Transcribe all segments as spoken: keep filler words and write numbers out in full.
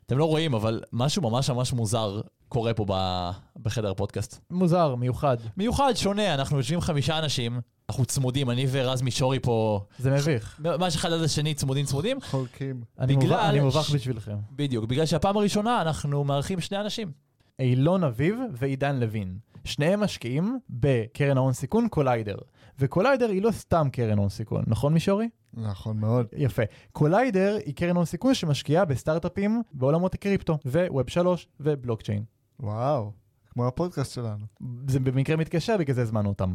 אתם לא רואים, אבל משהו ממש ממש מוזר קורה פה בחדר הפודקאסט. מוזר, מיוחד. מיוחד, שונה, אנחנו יושבים חמישה אנשים, אנחנו צמודים, אני ורז מישורי פה... זה מביך. ממש אחד עד השני, צמודים צמודים. חולקים. אני מובך בשבילכם. בדיוק, בגלל שהפעם הראשונה אנחנו מארחים שני אנשים. אילון אביב ועידן לוין. שניהם משקיעים בקרן ההון סיכון קוליידר. וקוליידר היא לא סתם קרן הון סיכון, נכון מישורי? נכון מאוד. יפה. קוליידר היא קרן הון סיכון שמשקיעה בסטארט-אפים בעולמות הקריפטו, וווב שלוש ובלוקצ'יין. וואו, כמו הפודקאסט שלנו. זה במקרה מתקשר, בגלל זה הזמנו אותם.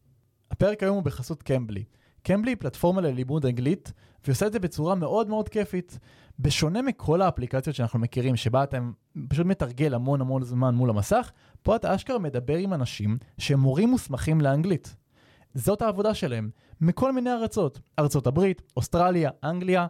הפרק היום הוא בחסות קמבלי. קמבלי היא פלטפורמה ללימוד אנגלית, והיא עושה את זה בצורה מאוד מאוד כיפית. בשונה מכל האפליקציות שאנחנו מכירים, שבה אתם פשוט מתרגל המון המון זמן מול המסך, פה אתה אשכרה מדבר עם אנשים שהם מורים מוסמכים לאנגלית. זאת העבודה שלהם, מכל מיני ארצות. ארצות הברית, אוסטרליה, אנגליה,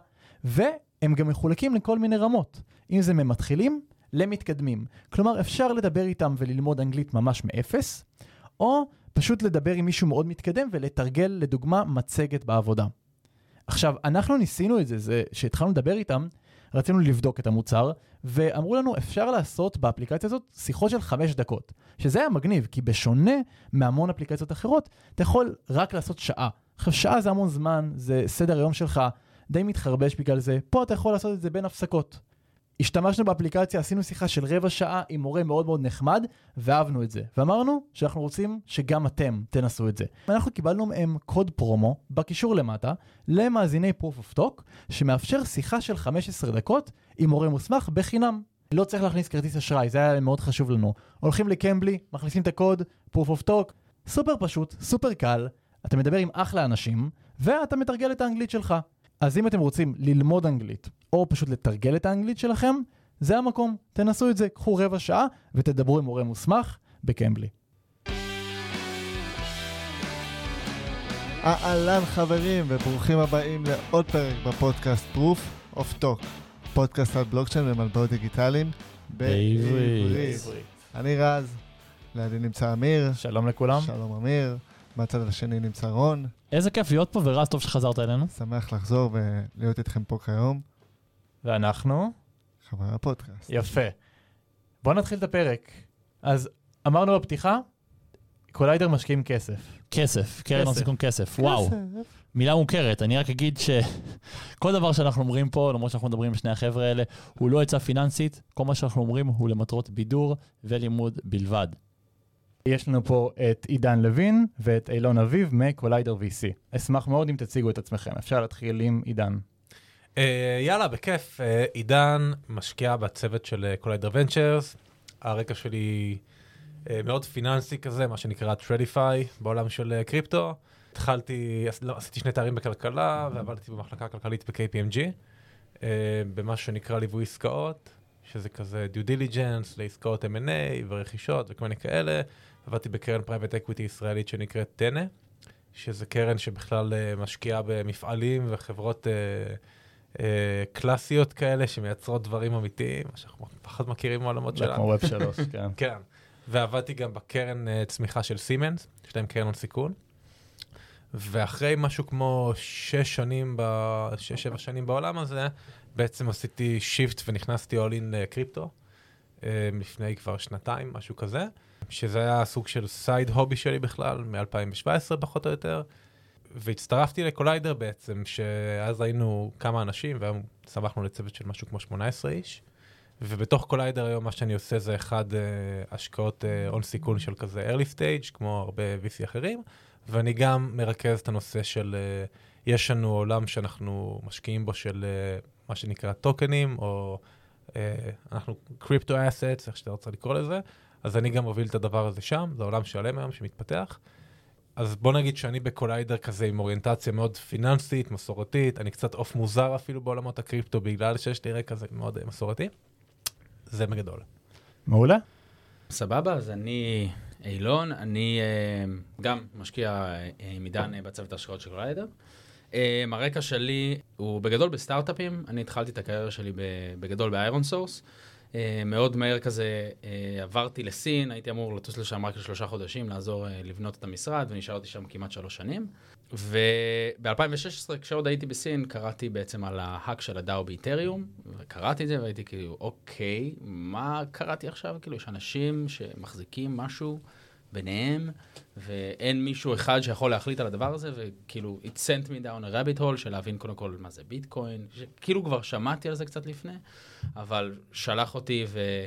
והם גם מחולקים לכל מיני רמות. אם זה ממתחילים, למתקדמים. כלומר, אפשר לדבר איתם וללמוד אנגלית ממש מאפס, או פשוט לדבר עם מישהו מאוד מתקדם ולתרגל, לדוגמה, מצגת בעבודה. עכשיו, אנחנו ניסינו את זה, זה שהתחלנו לדבר איתם, רצינו לבדוק את המוצר, ואמרו לנו, אפשר לעשות באפליקציה הזאת שיחות של חמש דקות, שזה היה מגניב, כי בשונה מהמון אפליקציות אחרות, אתה יכול רק לעשות שעה. עכשיו, שעה זה המון זמן, זה סדר היום שלך, די מתחרבש בגלל זה, פה אתה יכול לעשות את זה בין הפסקות. השתמשנו באפליקציה, עשינו שיחה של רבע שעה עם מורה מאוד מאוד נחמד, ואהבנו את זה. ואמרנו שאנחנו רוצים שגם אתם תנסו את זה. אנחנו קיבלנו מהם קוד פרומו, בקישור למטה, למאזיני Proof of Talk, שמאפשר שיחה של חמש עשרה דקות עם מורה מוסמך בחינם. לא צריך להכניס כרטיס אשראי, זה היה מאוד חשוב לנו. הולכים לקמבלי, מכניסים את הקוד, Proof of Talk, סופר פשוט, סופר קל, אתה מדבר עם אחלה אנשים, ואתה מתרגל את האנגלית שלך. אז אם אתם רוצים ללמוד אנגלית, או פשוט לתרגל את האנגלית שלכם, זה המקום. תנסו את זה, קחו רבע שעה, ותדברו עם מורה מוסמך בקמבלי. אהלן חברים, וברוכים הבאים לעוד פרק בפודקאסט Proof of Talk. פודקאסט על בלוקצ'יין ומטבעות דיגיטליים בעברית. אני רז, לידי נמצא אמיר. שלום לכולם. שלום אמיר. מהצד השני נמצא רון. איזה כיף להיות פה, ורז, טוב שחזרת אלינו. שמח לחזור ולהיות איתכם פה כיום. ואנחנו? חברי הפודקאסט. יפה. בואו נתחיל את הפרק. אז אמרנו בפתיחה, קוליידר משקיעים כסף. כסף, קרן הון סיכון כסף, וואו. מילה מוכרת, אני רק אגיד שכל דבר שאנחנו אומרים פה, למרות שאנחנו מדברים עם שני החבר'ה האלה, הוא לא עצה פיננסית, כל מה שאנחנו אומרים הוא למטרות בידור ולימוד בלבד. יש לנו פה את עידן לוין ואת אילון אביב מקוליידר וי סי. אשמח מאוד אם תציגו את עצמכם. אפשר להתחיל עם עידן. יאללה, בכיף. עידן משקיע בצוות של קוליידר ונצ'רס. הרקע שלי מאוד פיננסי כזה, מה שנקרא טרדיפיי, בעולם של קריפטו. התחלתי, עשיתי שני תארים בכלכלה, ועבדתי במחלקה הכלכלית ב-קיי פי אם ג'י, במה שנקרא ליווי עסקאות, שזה כזה דיו דיליג'נס, לעסקאות אם אנד איי ורכישות וכל מיני כאלה. עבדתי בקרן פרייבט אקוויטי ישראלית שנקראת טנא, שזה קרן שבכלל משקיעה במפעלים וחברות אה, אה, קלאסיות כאלה, שמייצרות דברים אמיתיים, מה שאנחנו פחות מכירים מעולמות שלנו. כמו ווב שלוש, כן. כן. ועבדתי גם בקרן uh, צמיחה של סימנס, יש להם קרן הון סיכון. ואחרי משהו כמו שש שנים, ב... שש, שבע שנים בעולם הזה, בעצם עשיתי שיפט ונכנסתי all in לקריפטו, uh, לפני כבר שנתיים, משהו כזה, שזה היה סוג של סייד הובי שלי בכלל, מ-אלפיים שבע עשרה פחות או יותר, והצטרפתי לקוליידר בעצם, שאז היינו כמה אנשים, והיום צמחנו לצוות של משהו כמו שמונה עשרה איש, ובתוך קוליידר היום מה שאני עושה זה אחד uh, השקעות הון uh, סיכון של כזה early stage, כמו הרבה וי סי אחרים, ואני גם מרכז את הנושא של, uh, יש לנו עולם שאנחנו משקיעים בו של uh, מה שנקרא טוקנים, או uh, אנחנו crypto assets, איך שאתה רוצה לקרוא לזה, אז אני גם מוביל את הדבר הזה שם, זה עולם שלם היום שמתפתח. אז בוא נגיד שאני בקוליידר כזה עם אוריינטציה מאוד פיננסית, מסורתית, אני קצת אוף מוזר אפילו בעולמות הקריפטו, בגלל שיש לי רקע כזה מאוד uh, מסורתי. זה בגדול. מעולה. סבבה, אז אני אילון, אני uh, גם משקיע עם עידן uh, בצוות ההשקעות של קוליידר. Uh, הרקע שלי הוא בגדול בסטארט-אפים, אני התחלתי את הקריירה שלי בגדול באיירון סורס, מאוד מהר כזה עברתי לסין, הייתי אמור לטוס לשם רק לשלושה חודשים, לעזור לבנות את המשרד, ונשארתי שם כמעט שלוש שנים. וב-אלפיים ושש עשרה, כשעוד הייתי בסין, קראתי בעצם על ההאק של הדאו באיתריום, וקראתי את זה והייתי כאילו, אוקיי, מה קראתי עכשיו? כאילו, יש אנשים שמחזיקים משהו ביניהם, ואין מישהו אחד שיכול להחליט על הדבר הזה, וכאילו, it sent me down a rabbit hole של להבין קודם כל מה זה ביטקוין, כאילו כבר שמעתי על זה קצת לפני, אבל שלח אותי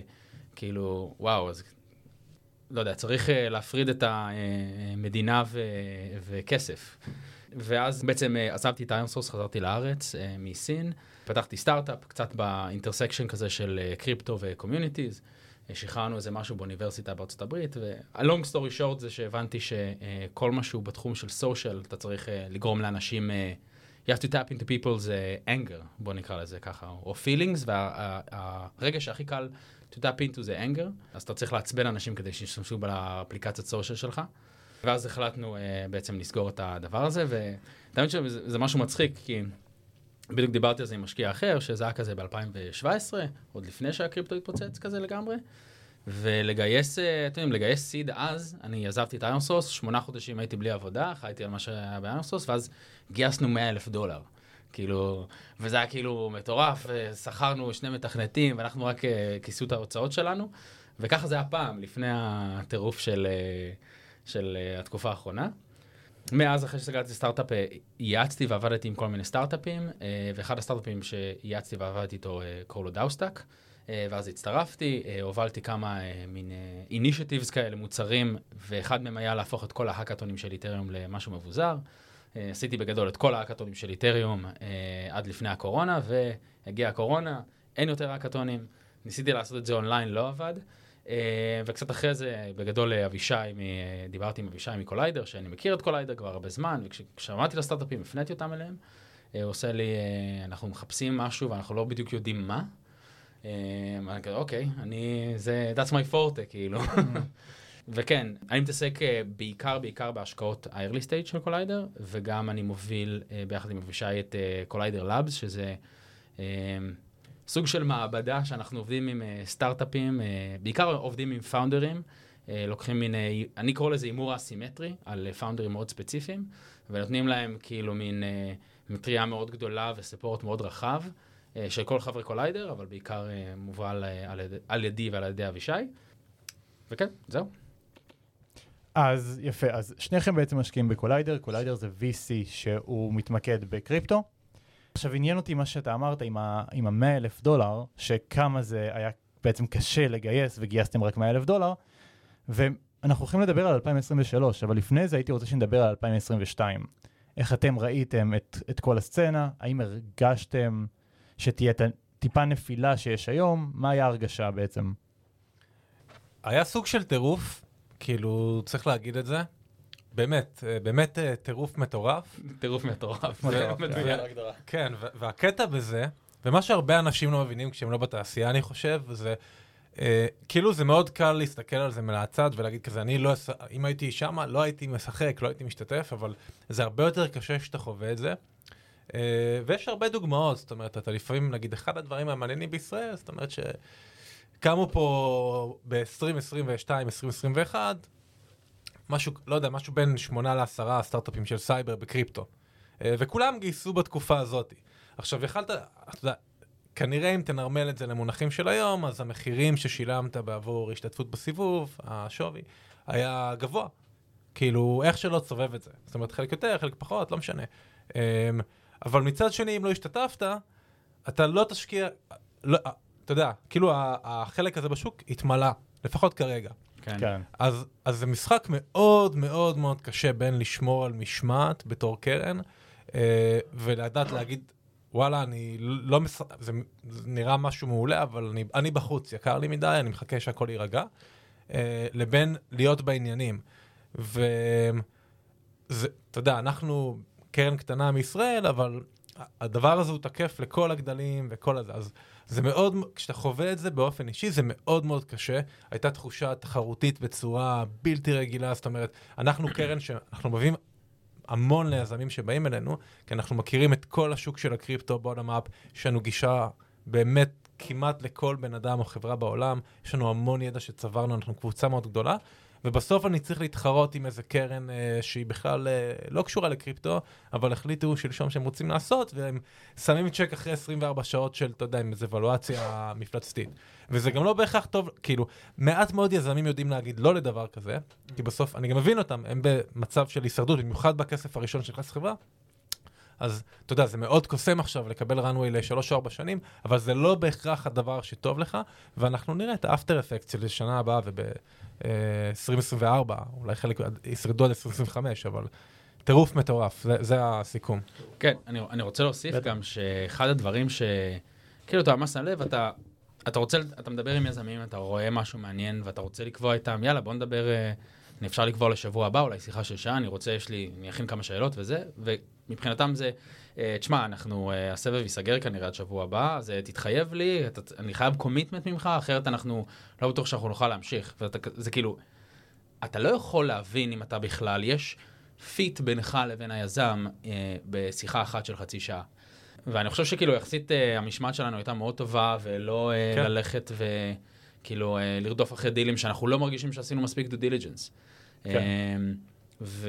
וכאילו, וואו, אז לא יודע, צריך להפריד את המדינה ו- וכסף. ואז בעצם עזבתי את אירנסורס, חזרתי לארץ מסין, פתחתי סטארט-אפ, קצת באינטרסקשן כזה של קריפטו וקומיוניטיז, שחררנו איזה משהו באוניברסיטה בארצות הברית, ו-long story short זה שהבנתי שכל משהו בתחום של social, אתה צריך לגרום לאנשים, you have to tap into people's anger, בוא נקרא לזה ככה, או feelings, והרגע שהכי קל to tap into זה anger, אז אתה צריך לעצבן אנשים כדי שישתמשו באפליקציית social שלך, ואז החלטנו בעצם לסגור את הדבר הזה, ותאמין שזה משהו מצחיק, כי בדיוק דיברתי על זה עם משקיע אחר, שזה היה כזה ב-אלפיים שבע עשרה, עוד לפני שהקריפטו התפוצץ כזה לגמרי, ולגייס, אתם יודעים, לגייס סיד אז, אני עזבתי את אירנסורס, שמונה חודשים הייתי בלי עבודה, חייתי על מה שהיה באירנסורס, ואז גייסנו מאה אלף דולר. כאילו, וזה היה כאילו מטורף, ושכרנו שני מתכנתים, ואנחנו רק כיסו את ההוצאות שלנו, וככה זה היה פעם, לפני הטירוף של, של התקופה האחרונה. מאז אחרי שסגרתי סטארט-אפ, ייעצתי ועבדתי עם כל מיני סטארט-אפים, ואחד הסטארט-אפים שייעצתי ועבדתי איתו קוראים לו דאוסטאק, ואז הצטרפתי, הובלתי כמה מין אינישטיבס כאלה, מוצרים, ואחד מהם היה להפוך את כל ההאקתונים של איתריום למשהו מבוזר. עשיתי בגדול את כל ההאקתונים של איתריום עד לפני הקורונה, והגיעה הקורונה, אין יותר האקתונים, ניסיתי לעשות את זה אונליין, לא עבד. וקצת אחרי זה, בגדול אבישי, דיברתי עם אבישי מקוליידר, שאני מכיר את קוליידר כבר הרבה זמן, וכששמעתי לסטארט-אפים, הפניתי אותם אליהם, הוא עושה לי, אנחנו מחפשים משהו ואנחנו לא בדיוק יודעים מה. אני כזה, אוקיי, אני, זה, that's my forte, כאילו. וכן, אני מתעסק בעיקר, בעיקר בהשקעות ה-early stage של קוליידר, וגם אני מוביל ביחד עם אבישי את קוליידר Labs, שזה סוג של מעבדה שאנחנו עובדים עם סטארט-אפים, בעיקר עובדים עם פאונדרים, לוקחים מין, אני קורא לזה אימור אסימטרי, על פאונדרים מאוד ספציפיים, ונותנים להם כאילו מין מטריה מאוד גדולה וספורט מאוד רחב, של כל חברי קוליידר, אבל בעיקר מובל על, על ידי ועל ידי אבישי. וכן, זהו. אז יפה, אז שניכם בעצם משקיעים בקוליידר, קוליידר זה וי סי שהוא מתמקד בקריפטו. עכשיו עניין אותי מה שאתה אמרת עם ה- עם ה-מאה אלף דולר, שכמה זה היה בעצם קשה לגייס וגייסתם רק מאה אלף דולר, ואנחנו הולכים לדבר על אלפיים עשרים ושלוש, אבל לפני זה הייתי רוצה שנדבר על אלפיים עשרים ושתיים. איך אתם ראיתם את, את כל הסצנה? האם הרגשתם שתהיה טיפה נפילה שיש היום? מה היה הרגשה בעצם? היה סוג של טירוף, כאילו צריך להגיד את זה. באמת, באמת טירוף מטורף. טירוף מטורף. כן, והקטע בזה, ומה שהרבה אנשים לא מבינים כשהם לא בתעשייה, אני חושב, זה כאילו זה מאוד קל להסתכל על זה מהצד ולהגיד כזה, אני לא, אם הייתי שם, לא הייתי משחק, לא הייתי משתתף, אבל זה הרבה יותר קשה שאתה חווה את זה. ויש הרבה דוגמאות, זאת אומרת, אתה לפעמים, נגיד, אחד הדברים המעניינים בישראל, זאת אומרת שקמו פה ב-עשרים עשרים ושתיים עשרים עשרים ואחת, משהו, לא יודע, משהו בין שמונה לעשרה סטארט-אפים של סייבר בקריפטו. וכולם גייסו בתקופה הזאת. עכשיו, יכלת, אתה יודע, כנראה אם תנרמל את זה למונחים של היום, אז המחירים ששילמת בעבור השתתפות בסיבוב, השווי, היה גבוה. כאילו, איך שלא תסובב את זה. זאת אומרת, חלק יותר, חלק פחות, לא משנה. אבל מצד שני, אם לא השתתפת, אתה לא תשקיע, לא, אתה יודע, כאילו החלק הזה בשוק התמלא, לפחות כרגע. כן. כן. אז, אז זה משחק מאוד מאוד מאוד קשה בין לשמור על משמעת בתור קרן, אה, ולדעת להגיד, וואלה, אני לא מס... זה, זה נראה משהו מעולה, אבל אני, אני בחוץ, יקר לי מדי, אני מחכה שהכל יירגע, אה, לבין להיות בעניינים. וזה, אתה יודע, אנחנו קרן קטנה מישראל, אבל הדבר הזה הוא תקף לכל הגדלים וכל הזה. אז זה מאוד, כשאתה חווה את זה באופן אישי, זה מאוד מאוד קשה. הייתה תחושה תחרותית בצורה בלתי רגילה, זאת אומרת, אנחנו קרן שאנחנו מביאים המון ליזמים שבאים אלינו, כי אנחנו מכירים את כל השוק של הקריפטו, בוטום אפ, יש לנו גישה באמת כמעט לכל בן אדם או חברה בעולם, יש לנו המון ידע שצברנו, אנחנו קבוצה מאוד גדולה, ובסוף אני צריך להתחרות עם איזה קרן אה, שהיא בכלל אה, לא קשורה לקריפטו, אבל החליטו שלשום שהם רוצים לעשות, והם שמים צ'ק אחרי עשרים וארבע שעות של, אתה יודע, עם איזו אבלואציה מפלצתית. וזה גם לא בהכרח טוב, כאילו, מעט מאוד יזמים יודעים להגיד לא לדבר כזה, כי בסוף, אני גם מבין אותם, הם במצב של הישרדות, במיוחד בכסף הראשון של נכנס חברה, אז אתה יודע, זה מאוד קוסם עכשיו לקבל runway לשלוש או ארבע שנים, אבל זה לא בהכרח הדבר שטוב לך, ואנחנו נראה את האפטר אפקט של שנה הבאה וב-עשרים עשרים וארבע, אולי חלק ישרדו עד עשרים עשרים וחמש, אבל טירוף מטורף, זה, זה הסיכום. כן, אני, אני רוצה להוסיף גם שאחד הדברים ש... כאילו, אתה ממש שם לב, אתה, אתה רוצה, אתה מדבר עם יזמים, אתה רואה משהו מעניין, ואתה רוצה לקבוע איתם, יאללה, בוא נדבר, אני אפשר לקבוע לשבוע הבא, אולי שיחה של שעה, אני רוצה, יש לי, אני אכין כמה שאלות וזה, ומבחינתם זה, תשמע, אנחנו, הסבב ייסגר כנראה עד שבוע הבא, אז תתחייב לי, אתה, אני חייב קומיטמנט ממך, אחרת אנחנו לא בטוח שאנחנו נוכל להמשיך, וזה כאילו, אתה לא יכול להבין אם אתה בכלל, יש פיט בינך לבין היזם בשיחה אחת של חצי שעה. ואני חושב שכאילו, יחסית המשמעת שלנו הייתה מאוד טובה, ולא כן. ללכת וכאילו לרדוף אחרי דילים שאנחנו לא מרגישים שעשינו מספיק דו דיליג'נס. כן. ו...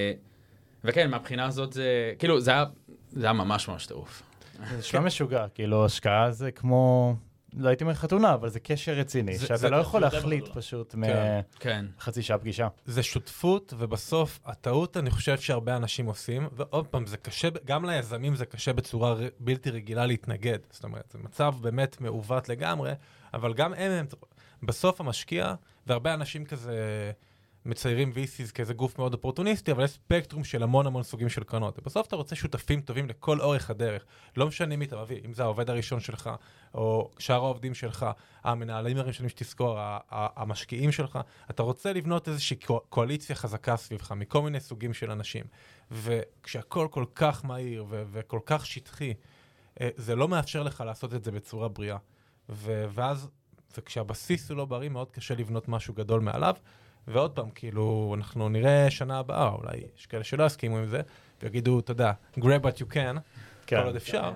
וכן, מהבחינה הזאת זה, כאילו, זה היה, זה היה ממש ממש טירוף. זה נשמע משוגע, כאילו, השקעה זה כמו, לא הייתי אומר חתונה, אבל זה קשר רציני, שאתה לא יכול להחליט פשוט מחצי שעה פגישה. זה שותפות, ובסוף הטעות אני חושב שהרבה אנשים עושים, ועוד פעם, זה קשה, גם ליזמים זה קשה בצורה בלתי רגילה להתנגד. זאת אומרת, זה מצב באמת מעוות לגמרי, אבל גם הם, הם בסוף המשקיע, והרבה אנשים כזה מציירים וי סי'ס כאיזה גוף מאוד אופורטוניסטי, אבל יש ספקטרום של המון המון סוגים של קרנות. ובסוף אתה רוצה שותפים טובים לכל אורך הדרך. לא משנה מי אתה מביא, אם זה העובד הראשון שלך, או שאר העובדים שלך, המנהלים הראשונים שתזכור, המשקיעים שלך. אתה רוצה לבנות איזושהי קואליציה חזקה סביבך, מכל מיני סוגים של אנשים. וכשהכל כל כך מהיר ו- וכל כך שטחי, זה לא מאפשר לך לעשות את זה בצורה בריאה. ו- ואז, וכשהבסיס הוא לא בריא, מאוד קשה לבנות משהו גדול מעליו. ועוד פעם, כאילו, אנחנו נראה שנה הבאה, אולי יש כאלה שלא הסכימו עם זה, ויגידו, אתה יודע, grab what you can, כל עוד אפשר.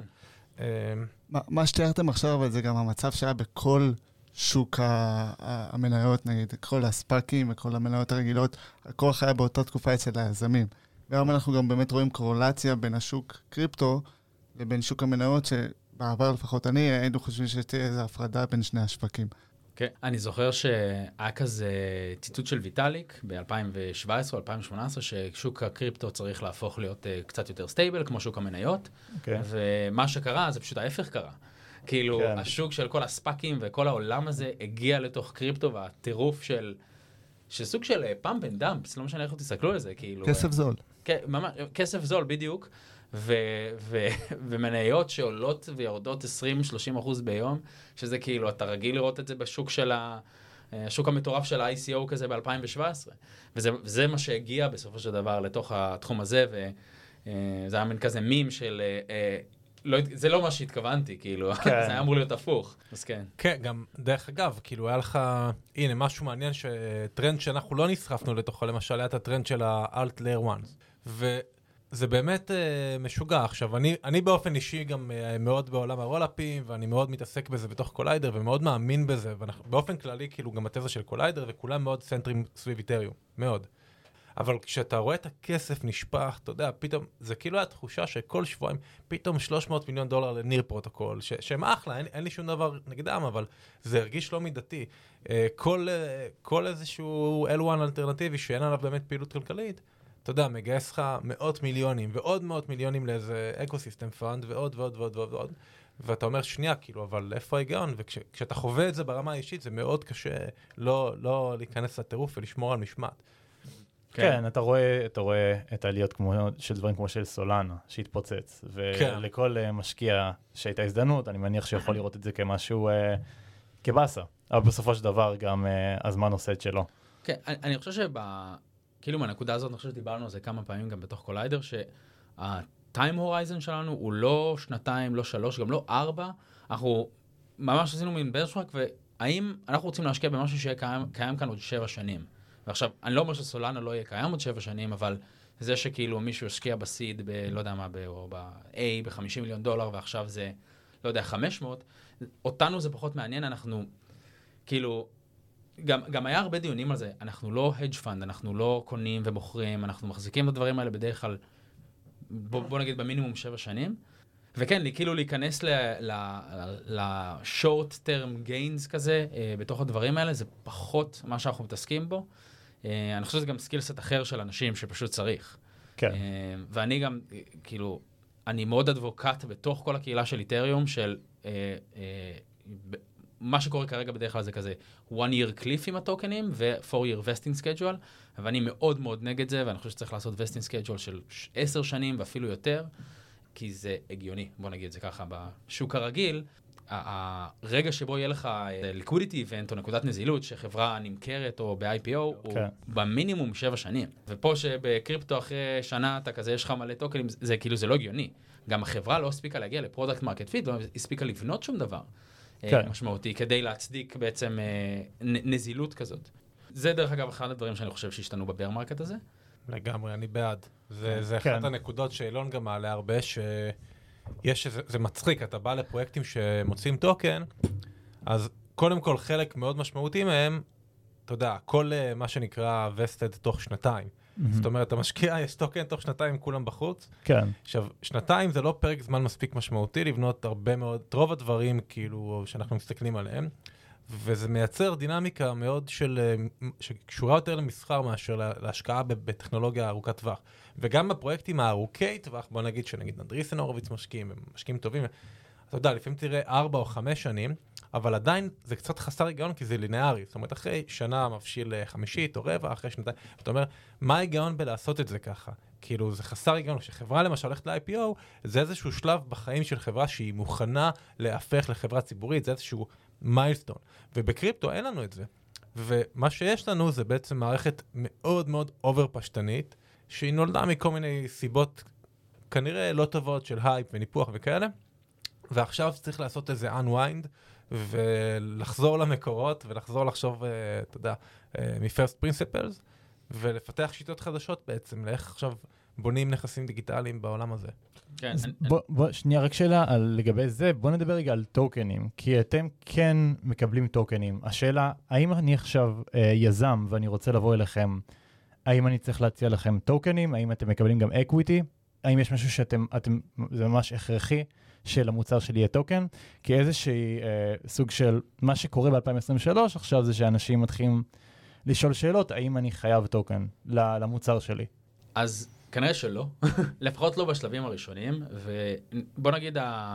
מה שתיארתם עכשיו, אבל זה גם המצב שהיה בכל שוק המניות, נגיד, כל הספקים וכל המניות הרגילות, הכל היה באותה תקופה אצל היזמים. והיום אנחנו גם באמת רואים קורולציה בין השוק קריפטו לבין שוק המניות, שבעבר לפחות אני, היינו חושבים שתהיה איזו הפרדה בין שני השווקים. כן, אני זוכר שהיה כזה ציטוט של ויטאליק ב-אלפיים שבע עשרה או אלפיים שמונה עשרה, ששוק הקריפטו צריך להפוך להיות קצת יותר סטייבל, כמו שוק המניות, ומה שקרה, זה פשוט ההפך קרה. כאילו, השוק של כל הספקים וכל העולם הזה הגיע לתוך קריפטו, והטירוף של, שסוג של פאמפ אנד דאמפס, לא משנה איך תסתכלו על זה, כאילו... כסף זול. כן, ממש, כסף זול, בדיוק. ו- ו- ומניות שעולות ויורדות עשרים שלושים אחוז ביום, שזה כאילו, אתה רגיל לראות את זה בשוק של ה... השוק המטורף של ה-איי סי או כזה ב-אלפיים שבע עשרה. וזה, וזה מה שהגיע בסופו של דבר לתוך התחום הזה, וזה היה מין כזה מים של... לא, זה לא מה שהתכוונתי, כאילו, כן. זה היה אמור להיות הפוך, אז כן. כן, גם דרך אגב, כאילו היה לך, הנה, משהו מעניין, שטרנד שאנחנו לא נסחפנו לתוכו, למשל, היה את הטרנד של ה-Alt Layer one, ו... זה באמת uh, משוגע. עכשיו, אני, אני באופן אישי גם uh, מאוד בעולם הרולאפים, ואני מאוד מתעסק בזה בתוך קוליידר, ומאוד מאמין בזה, ובאופן כללי, כאילו, גם התזה של קוליידר, וכולם מאוד סנטרים סביב איתריום, מאוד. אבל כשאתה רואה את הכסף נשפך, אתה יודע, פתאום, זה כאילו התחושה שכל שבועיים, פתאום שלוש מאות מיליון דולר לניר פרוטוקול, ש- שהם אחלה, אין, אין לי שום דבר נגדם, אבל זה הרגיש לא מידתי. Uh, כל, uh, כל איזשהו אל וואן אלטרנטיבי, שאין עליו באמת פעילות כלכלית, אתה יודע, מגייס לך מאות מיליונים, ועוד מאות מיליונים לאיזה אקוסיסטם פאנד, ועוד ועוד ועוד ועוד ועוד. ואתה אומר, שנייה, כאילו, אבל איפה ההיגיון? וכשאתה חווה את זה ברמה האישית, זה מאוד קשה לא, לא להיכנס לטירוף ולשמור על משמעת. כן, אתה רואה, אתה רואה את העליות כמו, של דברים כמו של סולאנה, שהתפוצץ. ולכל משקיע שהייתה הזדמנות, אני מניח שיכול לראות את זה כמשהו, כבאסה. אבל בסופו של דבר, גם הזמן עושה את שלו. כן, אני חושב שב... כאילו מהנקודה הזאת, אני חושב שדיברנו על זה כמה פעמים גם בתוך קוליידר, שהטיים הורייזן שלנו הוא לא שנתיים, לא שלוש, גם לא ארבע. אנחנו ממש עשינו מין בנצ'מרק, והאם אנחנו רוצים להשקיע במשהו שיהיה קיים, קיים כאן עוד שבע שנים. ועכשיו, אני לא אומר שסולאנה לא יהיה קיים עוד שבע שנים, אבל זה שכאילו מישהו השקיע בסיד, ב, לא יודע מה, ב, או ב-A, ב-חמישים מיליון דולר, ועכשיו זה לא יודע, חמש מאות, אותנו זה פחות מעניין, אנחנו, כאילו, גם, גם היה הרבה דיונים על זה, אנחנו לא hedge fund, אנחנו לא קונים ומוכרים, אנחנו מחזיקים את הדברים האלה בדרך כלל, בוא, בוא נגיד במינימום שבע שנים, וכן, לי, כאילו להיכנס ל-short term gains כזה, בתוך הדברים האלה, זה פחות מה שאנחנו מתעסקים בו. אני חושב שזה גם סקילסט אחר של אנשים שפשוט צריך. כן. ואני גם, כאילו, אני מאוד אדבוקט בתוך כל הקהילה של איתריום, של מה שקורה כרגע בדרך כלל זה כזה one year cliff עם הטוקנים ו-four year vesting schedule, ואני מאוד מאוד נגד זה, ואני חושב שצריך לעשות vesting schedule של עשר שנים ואפילו יותר, כי זה הגיוני, בוא נגיד את זה ככה, בשוק הרגיל, הרגע שבו יהיה לך liquidity event או נקודת נזילות שחברה נמכרת או ב-איי פי או, הוא במינימום שבע שנים. ופה שבקריפטו אחרי שנה אתה כזה יש לך מלא טוקנים, זה כאילו זה לא הגיוני. גם החברה לא הספיקה להגיע לפרודקט מרקט פיט, לא הספיקה לבנות שום דבר משמעותי, כדי להצדיק בעצם נזילות כזאת. זה דרך אגב אחד הדברים שאני חושב שהשתנו בבר מרקט הזה. לגמרי, אני בעד. זה, זה אחת הנקודות שאילון גם מעלה הרבה, שיש, זה, זה מצחיק, אתה בא לפרויקטים שמוצאים טוקן, אז קודם כל חלק מאוד משמעותי מהם, אתה יודע, כל מה שנקרא vested תוך שנתיים. Mm-hmm. זאת אומרת, המשקיע יש טוקן תוך שנתיים, כולם בחוץ. כן. עכשיו, שנתיים זה לא פרק זמן מספיק משמעותי, לבנות הרבה מאוד, רוב הדברים כאילו שאנחנו מסתכלים עליהם, וזה מייצר דינמיקה מאוד של, שקשורה יותר למסחר מאשר להשקעה בטכנולוגיה ארוכת טווח. וגם בפרויקטים הארוכי טווח, בוא נגיד שנגיד אנדריסן הורוביץ משקיעים, הם משקיעים טובים, אתה יודע, לפעמים תראה ארבע או חמש שנים, אבל עדיין זה קצת חסר היגיון, כי זה לינארי. זאת אומרת, אחרי שנה מבשיל חמישית או רבע, אחרי שנתיים, אתה אומר, מה ההיגיון בלעשות את זה ככה? כאילו, זה חסר היגיון. כשחברה למשל הולכת ל-איי פי או, זה איזשהו שלב בחיים של חברה שהיא מוכנה להפך לחברה ציבורית, זה איזשהו מיילסטון. ובקריפטו אין לנו את זה. ומה שיש לנו זה בעצם מערכת מאוד מאוד אובר פשטנית, שהיא נולדה מכל מיני סיבות כנראה לא טובות של הייפ וניפוח וכאלה, ועכשיו צריך לעשות איזה unwind, ולחזור למקורות, ולחזור לחשוב, אתה יודע, מ-first principles, ולפתח שיטות חדשות בעצם, לאיך עכשיו בונים נכסים דיגיטליים בעולם הזה. כן. בוא, בוא, שנייה, רק שאלה על, לגבי זה, בוא נדבר רגע על טוקנים, כי אתם כן מקבלים טוקנים. השאלה, האם אני עכשיו אה, יזם ואני רוצה לבוא אליכם, האם אני צריך להציע לכם טוקנים? האם אתם מקבלים גם אקוויטי? האם יש משהו שאתם, אתם, זה ממש הכרחי של המוצר שלי יהיה טוקן? כי איזושהי אה, סוג של מה שקורה ב-אלפיים עשרים ושלוש עכשיו זה שאנשים מתחילים לשאול שאלות, האם אני חייב טוקן למוצר שלי? אז כנראה שלא, לפחות לא בשלבים הראשונים, ובוא נגיד,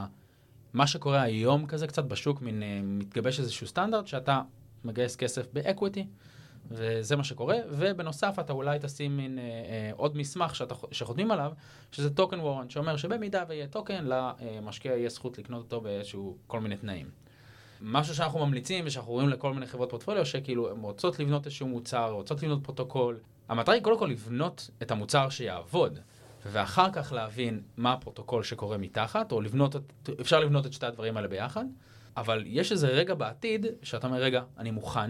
מה שקורה היום כזה קצת בשוק, מין מתגבש איזשהו סטנדרט, שאתה מגייס כסף באקוויטי, וזה מה שקורה, ובנוסף אתה אולי תשים מין אה, עוד מסמך שאתה, שחותמים עליו, שזה טוקן וורנט, שאומר שבמידה ויהיה טוקן, למשקיע יהיה זכות לקנות אותו באיזשהו כל מיני תנאים. משהו שאנחנו ממליצים, ושאנחנו רואים לכל מיני חברות פורטפוליו, שכאילו הן רוצות לבנות איזשהו מוצר, רוצות לבנות פרוטוקול. המטרה היא קודם כל לבנות את המוצר שיעבוד, ואחר כך להבין מה הפרוטוקול שקורה מתחת, או לבנות, אפשר לבנות את שתי הדברים האלה ביחד, אבל יש איזה רגע בעתיד, שאתה אומר, רגע, אני מוכן,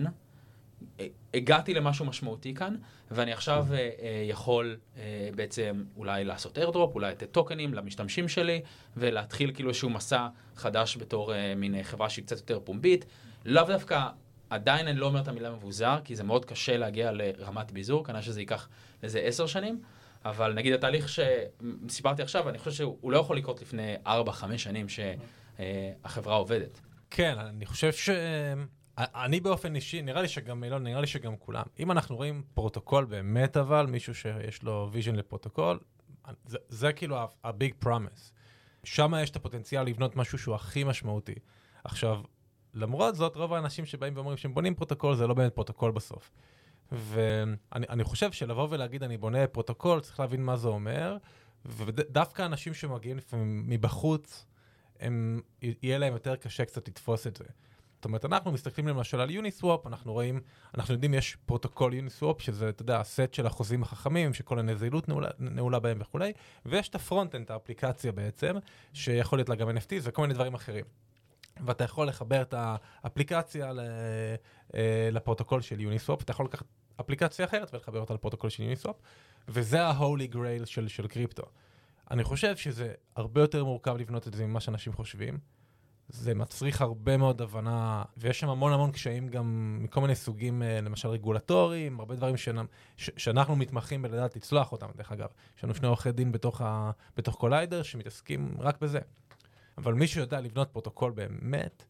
הגעתי למשהו משמעותי כאן, ואני עכשיו אה, אה, יכול אה, בעצם אולי לעשות airdrop, אולי לתת טוקנים למשתמשים שלי, ולהתחיל כאילו איזשהו מסע חדש בתור אה, מין חברה שהיא קצת יותר פומבית. לאו דווקא, עדיין אני לא אומר את המילה מבוזר, כי זה מאוד קשה להגיע לרמת ביזור, כנראה שזה ייקח לזה עשר שנים, אבל נגיד התהליך שסיפרתי עכשיו, אני חושב שהוא לא יכול לקרות לפני ארבע, חמש שנים שהחברה עובדת. כן, אני חושב ש... אני באופן אישי, נראה לי שגם אילון, נראה לי שגם כולם. אם אנחנו רואים פרוטוקול באמת, אבל מישהו שיש לו ויז'ן לפרוטוקול, זה, זה כאילו ה-big promise. שם יש את הפוטנציאל לבנות משהו שהוא הכי משמעותי. עכשיו, למרות זאת, רוב האנשים שבאים ואומרים שהם בונים פרוטוקול, זה לא באמת פרוטוקול בסוף. ואני אני חושב שלבוא ולהגיד, אני בונה פרוטוקול, צריך להבין מה זה אומר, ודווקא אנשים שמגיעים לפעמים מבחוץ, הם, יהיה להם יותר קשה קצת לתפוס את זה. זאת אומרת, אנחנו מסתכלים למשל על יוניסוואפ, אנחנו רואים, אנחנו יודעים, יש פרוטוקול יוניסוואפ, שזה, אתה יודע, הסט של החוזים החכמים, שכל הנזילות נעולה, נעולה בהם וכו'. ויש את הפרונט-אנד, האפליקציה בעצם, שיכול להיות לה גם אן אף טי וכל מיני דברים אחרים. ואתה יכול לחבר את האפליקציה לפרוטוקול של יוניסוואפ, אתה יכול לקחת אפליקציה אחרת ולחבר אותה לפרוטוקול של יוניסוואפ, וזה ה-Holy Grail של, של קריפטו. אני חושב שזה הרבה יותר מורכב לבנות את זה ממה שאנשים חושבים, זה מצריך הרבה מאוד הבנה, ויש שם המון המון קשיים גם מכל מיני סוגים, למשל רגולטוריים, הרבה דברים שנ... ש... שאנחנו מתמחים בלדעת לצלוח אותם, דרך אגב. יש לנו שני עורכי דין בתוך, ה... בתוך קוליידר שמתעסקים רק בזה. אבל מי שיודע לבנות פרוטוקול באמת,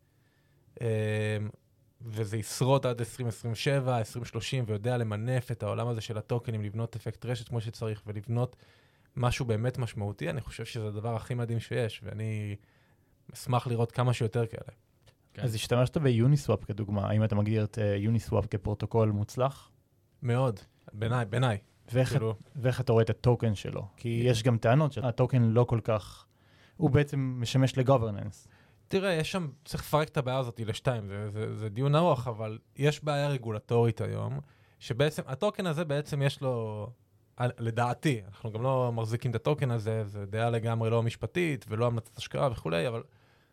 וזה ישרוד עד עשרים עשרים ושבע, עשרים שלושים, ויודע למנף את העולם הזה של הטוקנים, לבנות אפקט רשת כמו שצריך, ולבנות משהו באמת משמעותי, אני חושב שזה הדבר הכי מדהים שיש, ואני אשמח לראות כמה שיותר כאלה. כן. אז השתמשת ביוניסוואפ כדוגמה, האם אתה מגדיר את יוניסוואפ כפרוטוקול מוצלח? מאוד, בעיניי, בעיניי. ואיך, כאילו... ואיך אתה רואה את הטוקן שלו? כי יש גם טענות שהטוקן לא כל כך, הוא בעצם משמש לגוברננס. תראה, יש שם, צריך לפרק את הבעיה הזאת לשתיים, זה, זה, זה דיון ארוך, אבל יש בעיה רגולטורית היום, שבעצם, הטוקן הזה בעצם יש לו, לדעתי, אנחנו גם לא מחזיקים את הטוקן הזה, זה דעה לגמרי לא משפטית, ולא המלצת השקעה וכולי, אבל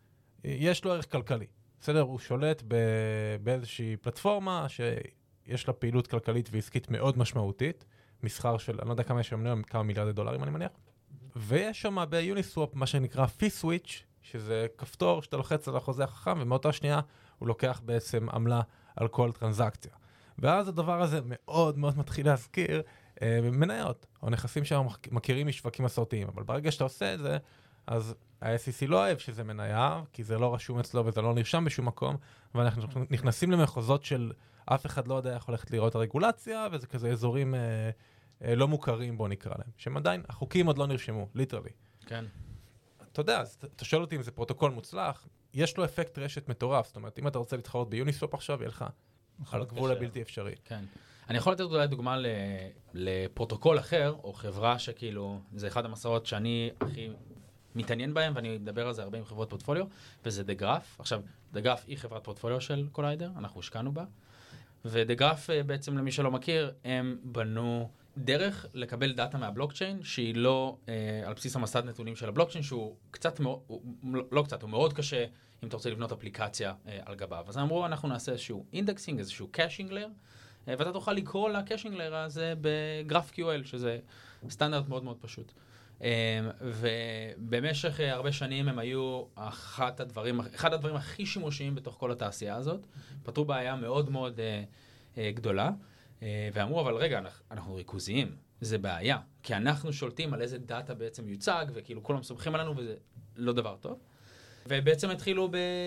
יש לו ערך כלכלי. בסדר, הוא שולט ב, באיזושהי פלטפורמה, שיש לה פעילות כלכלית ועסקית מאוד משמעותית, מסחר של, אני לא יודע כמה יש שם, כמה מיליארדי דולרים אני מניח, ויש שם ביוניסוואפ, מה שנקרא פי סוויץ', שזה כפתור שאתה לוחץ על החוזה החכם, ומאותה שנייה הוא לוקח בעצם עמלה על כל טרנזקציה. ואז הדבר הזה מאוד מאוד מתחיל להזכיר אה, מניות, או נכסים שאנחנו מכירים משווקים מסורתיים. אבל ברגע שאתה עושה את זה, אז ה-אס אי סי לא אוהב שזה מניה, כי זה לא רשום אצלו וזה לא נרשם בשום מקום, ואנחנו נכנסים למחוזות של אף אחד לא יודע איך הולכת לראות את הרגולציה, וזה כזה אזורים אה, אה, לא מוכרים, בוא נקרא להם, שהם עדיין, החוקים עוד לא נרשמו, ליטרלי. כן. אתה יודע, אז אתה שואל אותי אם זה פרוטוקול מוצלח, יש לו אפקט רשת מטורף, זאת אומרת, אם אתה רוצה להתחרות ביוניסוואפ עכשיו, יהיה לך על הגבול הבלתי אפשרי. כן. אני יכול לתת אולי דוגמה לפרוטוקול אחר, או חברה שכאילו, זה אחד המסעות שאני הכי מתעניין בהם, ואני מדבר על זה הרבה עם חברות פורטפוליו, וזה דגרף. עכשיו, דגרף היא חברת פורטפוליו של קוליידר, אנחנו השקענו בה, ודגרף בעצם למי שלא מכיר, הם בנו דרך לקבל דאטה מהבלוקצ'יין, שהיא לא אה, על בסיס המסד נתונים של הבלוקצ'יין, שהוא קצת מאוד, הוא, לא קצת, הוא מאוד קשה אם אתה רוצה לבנות אפליקציה אה, על גביו. אז אמרו, אנחנו נעשה איזשהו אינדקסינג, איזשהו קאשינג לייר, אה, ואתה תוכל לקרוא לקאשינג לייר הזה בגרף קיו אל, שזה סטנדרט מאוד מאוד פשוט. אה, ובמשך אה, הרבה שנים הם היו אחת הדברים, אחד הדברים הכי שימושיים בתוך כל התעשייה הזאת, פתרו בעיה מאוד מאוד אה, אה, גדולה. ואמרו, אבל רגע, אנחנו ריכוזיים, זה בעיה, כי אנחנו שולטים על איזה דאטה בעצם יוצג, וכאילו כולם סומכים עלינו, וזה לא דבר טוב. ובעצם התחילו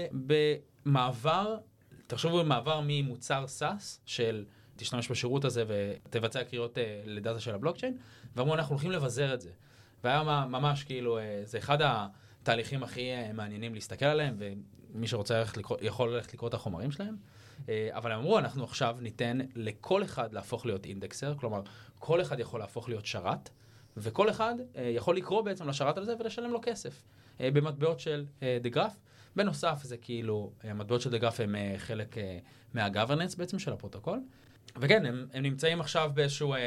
במעבר, תחשבו במעבר ממוצר סאס, של תשתמש בשירות הזה ותבצע קריאות לדאטה של הבלוקצ'יין, ואמרו, אנחנו הולכים לבזר את זה. והיה ממש כאילו, זה אחד התהליכים הכי מעניינים להסתכל עליהם, ומי שרוצה יכול ללכת לקרוא את החומרים שלהם. אבל הם אמרו, אנחנו עכשיו ניתן לכל אחד להפוך להיות אינדקסר, כלומר, כל אחד יכול להפוך להיות שרת, וכל אחד יכול לקרוא בעצם לשרת על זה ולשלם לו כסף, במטבעות של דגרף. בנוסף, זה כאילו, המטבעות של דגרף הם חלק מה-governance בעצם של הפרוטוקול. וכן, הם, הם נמצאים עכשיו באיזשהו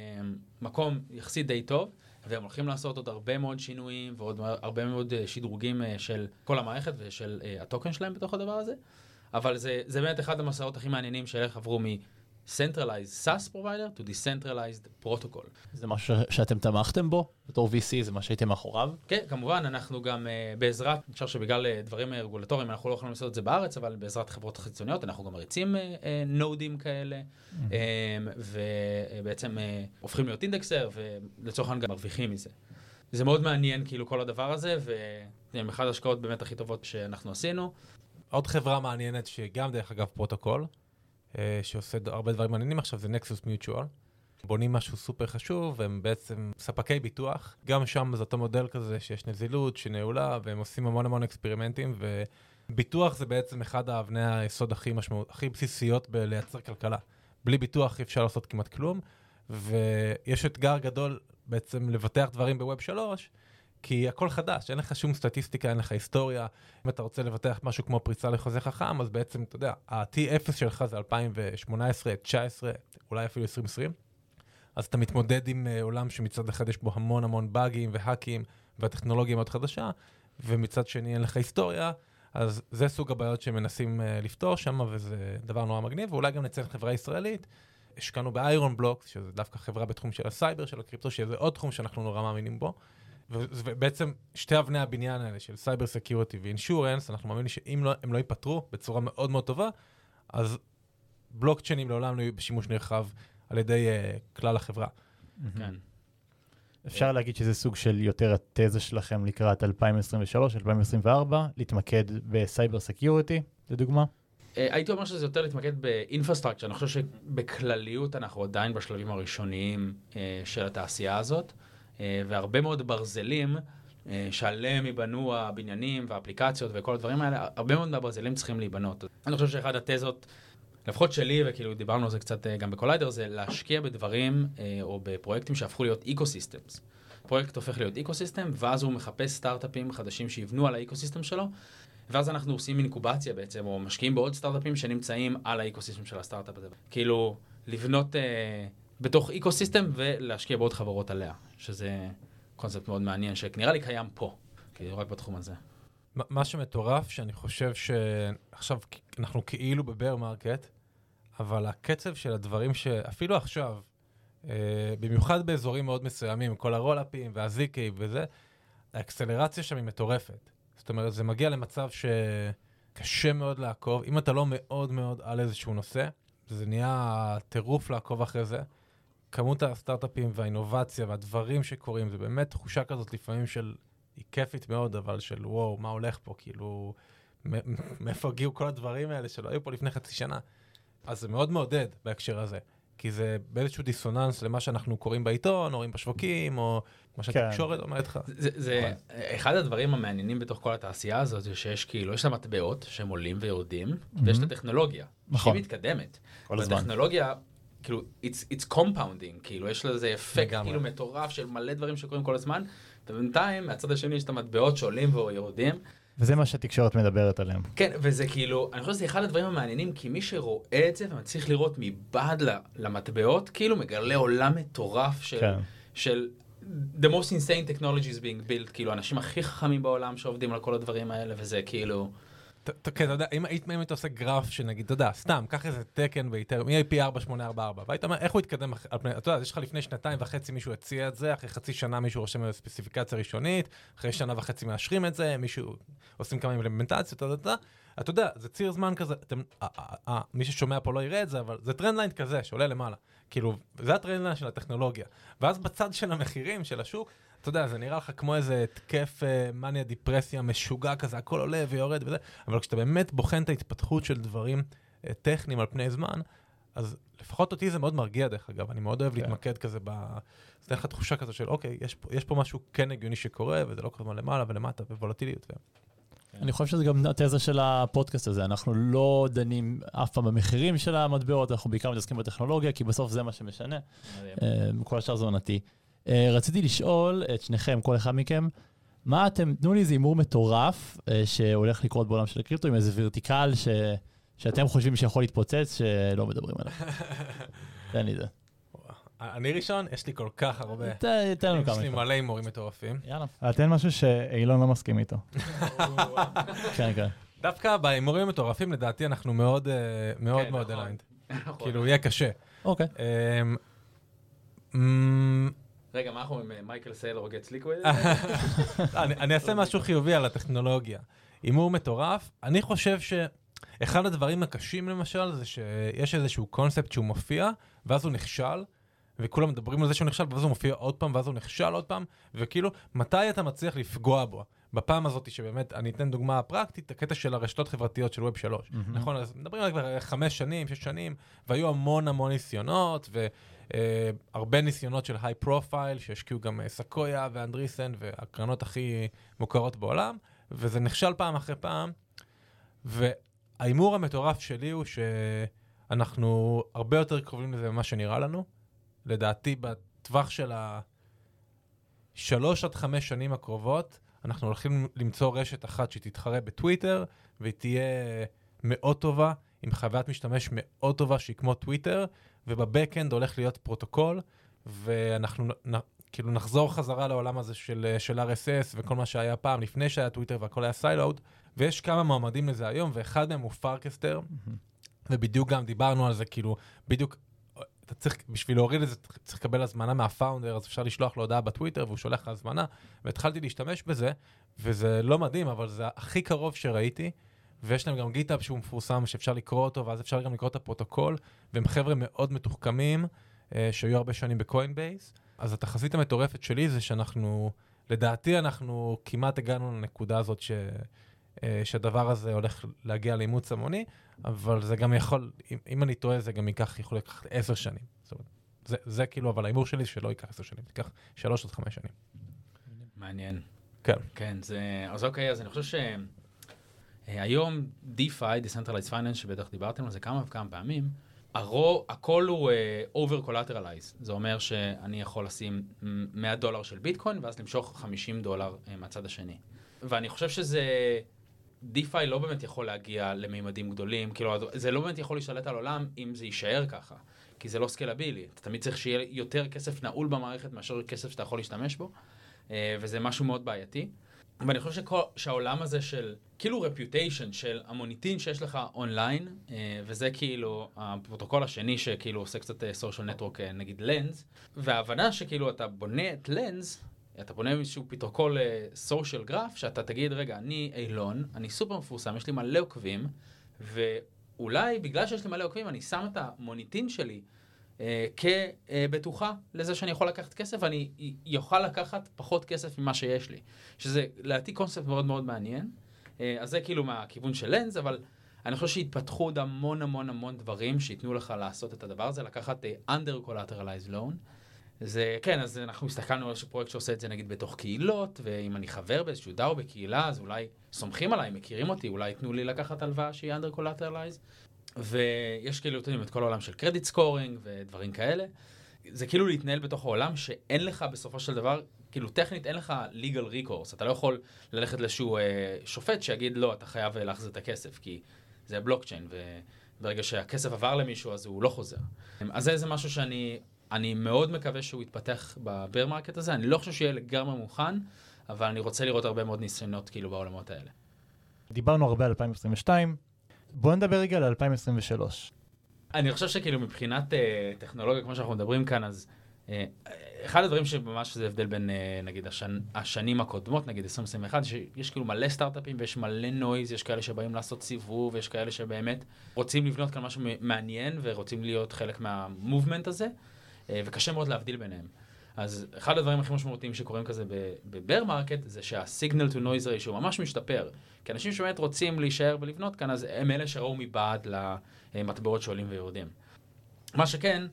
מקום יחסית די טוב, והם הולכים לעשות עוד הרבה מאוד שינויים, ועוד הרבה מאוד שדרוגים של כל המערכת ושל הטוקן שלהם בתוך הדבר הזה. אבל זה, זה באמת אחד המסעות הכי מעניינים של איך עברו מ-Centralized SaaS Provider to Decentralized Protocol. זה משהו שאתם תמכתם בו? בתור וי סי זה מה שהייתם מאחוריו? כן, כמובן, אנחנו גם uh, בעזרת, אני חושב שבגלל uh, דברים רגולטוריים אנחנו לא יכולים לעשות את זה בארץ, אבל בעזרת חברות חיצוניות אנחנו גם מריצים uh, uh, נודים כאלה, mm-hmm. um, ובעצם uh, הופכים להיות אינדקסר, ולצורך העניין גם מרוויחים מזה. זה מאוד מעניין כאילו כל הדבר הזה, ועם אחד ההשקעות באמת הכי טובות שאנחנו עשינו. עוד חברה מעניינת שגם דרך אגב פרוטוקול, שעושה הרבה דברים מעניינים עכשיו, זה Nexus Mutual. בונים משהו סופר חשוב, והם בעצם ספקי ביטוח. גם שם זה אותו מודל כזה שיש נזילות, שנעולה, והם עושים המון המון אקספרימנטים, וביטוח זה בעצם אחד האבני היסוד הכי משמעות, הכי בסיסיות בלייצר כלכלה. בלי ביטוח אי אפשר לעשות כמעט כלום, ויש אתגר גדול בעצם לבטח דברים בווב שלוש, כי הכל חדש, אין לך שום סטטיסטיקה, אין לך היסטוריה. אם אתה רוצה לבטח משהו כמו פריצה לחוזה חכם, אז בעצם, אתה יודע, ה-טי אפס שלך זה אלפיים שמונה עשרה, תשע עשרה, אולי אפילו עשרים עשרים. אז אתה מתמודד עם עולם שמצד אחד יש בו המון המון באגים והאקים, והטכנולוגיה מאוד חדשה, ומצד שני אין לך היסטוריה, אז זה סוג הבעיות שמנסים לפתור שם, וזה דבר נורא מגניב, ואולי גם נציין חברה ישראלית. השקענו באיירון בלוק, שזה דווקא חברה בתחום של הסייבר, של הקריפטו, שזה עוד תחום שאנחנו נורא מאמינים בו. ובעצם שתי אבני הבניין האלה של סייבר סקיוריטי ואינשורנס, אנחנו מאמינים שאם לא, הם לא ייפטרו בצורה מאוד מאוד טובה, אז בלוקצ'יינים לעולם לא יהיו בשימוש נרחב על ידי uh, כלל החברה. כן. אפשר להגיד שזה סוג של יותר התזה שלכם לקראת אלפיים עשרים ושלוש, אלפיים עשרים וארבע, להתמקד בסייבר סקיוריטי, לדוגמה? הייתי אומר שזה יותר להתמקד באינפרסטרקצ'ר, אני חושב שבכלליות אנחנו עדיין בשלבים הראשוניים של התעשייה הזאת, והרבה מאוד ברזלים שעליהם ייבנו הבניינים והאפליקציות וכל הדברים האלה, הרבה מאוד מהברזלים צריכים להיבנות. אני חושב שאחד התזות, לפחות שלי, וכאילו דיברנו על זה קצת גם בקוליידר, זה להשקיע בדברים או בפרויקטים שהפכו להיות אקוסיסטמס. פרויקט הופך להיות אקוסיסטם, ואז הוא מחפש סטארט-אפים חדשים שיבנו על האקוסיסטם שלו, ואז אנחנו עושים אינקובציה בעצם, או משקיעים בעוד סטארט-אפים שנמצאים על האקוסיסטם של הסטארט-אפ הזה. כאילו, לבנות אה, בתוך אקוסיסטם ולהשקיע בעוד חברות עליה, שזה קונספט מאוד מעניין, שנראה לי קיים פה, כאילו רק בתחום הזה. מה שמטורף, שאני חושב שעכשיו אנחנו כאילו בבר מרקט, אבל הקצב של הדברים שאפילו עכשיו, אה, במיוחד באזורים מאוד מסוימים, כל הרולאפים והזיקי וזה, האקסלרציה שם היא מטורפת. זאת אומרת, זה מגיע למצב שקשה מאוד לעקוב. אם אתה לא מאוד מאוד על איזשהו נושא, זה נהיה טירוף לעקוב אחרי זה. כמות הסטארט-אפים והאינובציה והדברים שקורים, זה באמת תחושה כזאת לפעמים של, היא כיפית מאוד, אבל של וואו, מה הולך פה? כאילו, מאיפה הגיעו כל הדברים האלה שלא היו פה לפני חצי שנה? אז זה מאוד מעודד בהקשר הזה. כי זה באיזשהו דיסוננס למה שאנחנו קוראים בעיתון, או רואים בשווקים, או מה שהתקשורת אומרת לך. זה, זה, אחד הדברים המעניינים בתוך כל התעשייה הזאת, זה שיש כאילו, יש לה מטבעות שהם עולים ויורדים, ויש את הטכנולוגיה, שהיא מתקדמת. כל הזמן. הטכנולוגיה, כאילו, it's, it's compounding, כאילו, יש לזה אפקט כאילו מטורף של מלא דברים שקורים כל הזמן, ובינתיים, מהצד השני יש את המטבעות שעולים ויורדים, וזה מה שהתקשורת מדברת עליהם. כן, וזה כאילו, אני חושב שזה אחד הדברים המעניינים, כי מי שרואה את זה ומצליח לראות מבעד למטבעות, כאילו מגלה עולם מטורף של, כן. של the most insane technologies being built, כאילו האנשים הכי חכמים בעולם שעובדים על כל הדברים האלה, וזה כאילו... כן, אתה יודע, אם אתה עושה גרף שנגיד, אתה יודע, סתם, קח איזה תקן באיתר, מ-איי פי ארבע שמונה ארבע ארבע, והיית אומר, איך הוא התקדם על פני, אתה יודע, יש לך לפני שנתיים וחצי מישהו הציע את זה, אחרי חצי שנה מישהו רושם ספציפיקציה ראשונית, אחרי שנה וחצי מאשרים את זה, מישהו עושים כמה אימפלמנטציות, אתה יודע, זה ציר זמן כזה, מי ששומע פה לא יראה את זה, אבל זה טרנדליין כזה שעולה למעלה, כאילו, זה הטרנדליין של הטכנולוגיה, ואז בצד של המחירים של השוק, אתה יודע, זה נראה לך כמו איזה תקף מניה דיפרסיה משוגע כזה, הכל עולה ויורד וזה, אבל כשאתה באמת בוחן את ההתפתחות של דברים טכניים על פני זמן, אז לפחות אותי זה מאוד מרגיע דרך אגב, אני מאוד אוהב להתמקד כזה, זה נראה לך תחושה כזו של אוקיי, יש פה משהו כן הגיוני שקורה, וזה לא כל הזמן למעלה ולמטה בוולטיליות. אני חושב שזה גם התזה של הפודקאסט הזה, אנחנו לא דנים אף פעם במחירים של המטבעות, אנחנו בעיקר מתעסקים בטכנולוגיה, כי בסוף זה מה שמשנה, כל השאר זה עונתי. Uh, רציתי לשאול את שניכם, כל אחד מכם, מה אתם, תנו לי איזה אימור מטורף uh, שהולך לקרות בעולם של הקריפטו, עם איזה ורטיקל ש, שאתם חושבים שיכול להתפוצץ, שלא מדברים עליו. תן לי זה. אני ראשון, יש לי כל כך הרבה. תן לנו כמה. יש לי מלא אימורים מטורפים. יאללה. תן משהו שאילון לא מסכים איתו. כן, כן. דווקא באימורים מטורפים, לדעתי אנחנו מאוד מאוד מאוד אליינד. כאילו, יהיה קשה. אוקיי. רגע, מה אנחנו עם מייקל סיילור גטס ליקוויד? אני אעשה משהו חיובי על הטכנולוגיה. אימור מטורף. אני חושב שאחד הדברים הקשים למשל, זה שיש איזשהו קונספט שהוא מופיע, ואז הוא נכשל, וכולם מדברים על זה שהוא נכשל, ואז הוא מופיע עוד פעם, ואז הוא נכשל עוד פעם, וכאילו, מתי אתה מצליח לפגוע בו? בפעם הזאת שבאמת, אני אתן דוגמה פרקטית, הקטע של הרשתות חברתיות של ווב שלוש. נכון, אז מדברים על כבר חמש שנים, שש שנים, והיו המון המון ניסיונות, והרבה ניסיונות של היי פרופייל, שהשקיעו גם סקויה ואנדריסן, והקרנות הכי מוכרות בעולם, וזה נכשל פעם אחרי פעם, והאימור המטורף שלי הוא שאנחנו הרבה יותר קרובים לזה ממה שנראה לנו, לדעתי בטווח של השלוש עד חמש שנים הקרובות, אנחנו הולכים למצוא רשת אחת שתתחרה בטוויטר, והיא תהיה מאוד טובה, עם חוויית משתמש מאוד טובה שהיא כמו טוויטר, ובבקאנד הולך להיות פרוטוקול, ואנחנו נ, כאילו נחזור חזרה לעולם הזה של, של אר אס אס, וכל מה שהיה פעם לפני שהיה טוויטר והכל היה סיילוד, ויש כמה מועמדים לזה היום, ואחד מהם הוא פארקסטר, mm-hmm. ובדיוק גם דיברנו על זה, כאילו, בדיוק אתה צריך, בשביל להוריד את זה, צריך לקבל הזמנה מהפאונדר, אז אפשר לשלוח לו הודעה בטוויטר, והוא שולח לך הזמנה, והתחלתי להשתמש בזה, וזה לא מדהים, אבל זה הכי קרוב שראיתי, ויש להם גם גיטאב שהוא מפורסם, שאפשר לקרוא אותו, ואז אפשר גם לקרוא את הפרוטוקול, והם חבר'ה מאוד מתוחכמים, שהיו הרבה שנים בקוינבייס. אז התחזית המטורפת שלי זה שאנחנו, לדעתי אנחנו כמעט הגענו לנקודה הזאת ש... שהדבר הזה הולך להגיע לאימוץ המוני, אבל זה גם יכול, אם, אם אני טועה, זה גם ייקח, יכול לקחת עשר שנים. זאת אומרת, זה, זה כאילו, אבל האימור שלי שלא ייקח עשר שנים, ייקח שלוש עד חמש שנים. מעניין. כן. כן, זה, אז אוקיי, אז אני חושב שהיום דיפיי, Decentralized Finance, שבטח דיברתם על זה כמה וכמה פעמים, הרו, הכל הוא uh, over collateralized. זה אומר שאני יכול לשים מאה דולר של ביטקוין, ואז למשוך חמישים דולר uh, מהצד השני. ואני חושב שזה, דיפיי לא באמת יכול להגיע למימדים גדולים, כאילו זה לא באמת יכול להשתלט על עולם אם זה יישאר ככה, כי זה לא סקלבילי. אתה תמיד צריך שיהיה יותר כסף נעול במערכת מאשר כסף שאתה יכול להשתמש בו, וזה משהו מאוד בעייתי. ואני חושב שכל, שהעולם הזה של, כאילו רפיוטיישן של המוניטין שיש לך אונליין, וזה כאילו הפרוטוקול השני שכאילו עושה קצת סושיאל נטוורק, נגיד לנס, וההבנה שכאילו אתה בונה את לנס, אתה בונה איזשהו פרוטוקול סושיאל גרף, שאתה תגיד, רגע, אני אילון, אני סופר מפורסם, יש לי מלא עוקבים, ואולי בגלל שיש לי מלא עוקבים, אני שם את המוניטין שלי אה, כבטוחה לזה שאני יכול לקחת כסף, ואני יוכל לקחת פחות כסף ממה שיש לי. שזה, לדעתי, קונספט מאוד מאוד מעניין. אה, אז זה כאילו מהכיוון של לנס, אבל אני חושב שהתפתחו עוד המון המון המון דברים שיתנו לך לעשות את הדבר הזה, לקחת אה, under collateralized loan, זה, כן, אז אנחנו הסתכלנו על איזשהו פרויקט שעושה את זה נגיד בתוך קהילות, ואם אני חבר באיזשהו דאו בקהילה, אז אולי סומכים עליי, מכירים אותי, אולי יתנו לי לקחת הלוואה שהיא under collateralized, ויש כאילו את כל העולם של קרדיט סקורינג ודברים כאלה. זה כאילו להתנהל בתוך העולם שאין לך בסופו של דבר, כאילו טכנית אין לך legal recourse, אתה לא יכול ללכת לאיזשהו אה, שופט שיגיד לא, אתה חייב להחזיר את הכסף, כי זה בלוקצ'יין, וברגע שהכסף עבר למישהו אז הוא לא חוזר. אז זה איזה משהו שאני... אני מאוד מקווה שהוא יתפתח בבר מרקט הזה, אני לא חושב שיהיה לגמרי מוכן, אבל אני רוצה לראות הרבה מאוד ניסיונות כאילו בעולמות האלה. דיברנו הרבה על אלפיים עשרים ושתיים, בואו נדבר רגע על אלפיים עשרים ושלוש. אני חושב שכאילו מבחינת uh, טכנולוגיה, כמו שאנחנו מדברים כאן, אז uh, אחד הדברים שממש זה הבדל בין uh, נגיד השנ... השנים הקודמות, נגיד עשרים עשרים ואחת, שיש כאילו מלא סטארט-אפים ויש מלא נויז, יש כאלה שבאים לעשות סיבוב, ויש כאלה שבאמת רוצים לבנות כאן משהו מעניין ורוצים להיות חלק מהמובמנט הזה. וקשה מאוד להבדיל ביניהם. אז אחד הדברים הכי משמעותיים שקורים כזה בבר מרקט, זה שה-signal to noise ratio ממש משתפר. כי אנשים שבאמת רוצים להישאר ולבנות כאן, אז הם אלה שראו מבעד למטבעות שעולים ויורדים. מה שכן,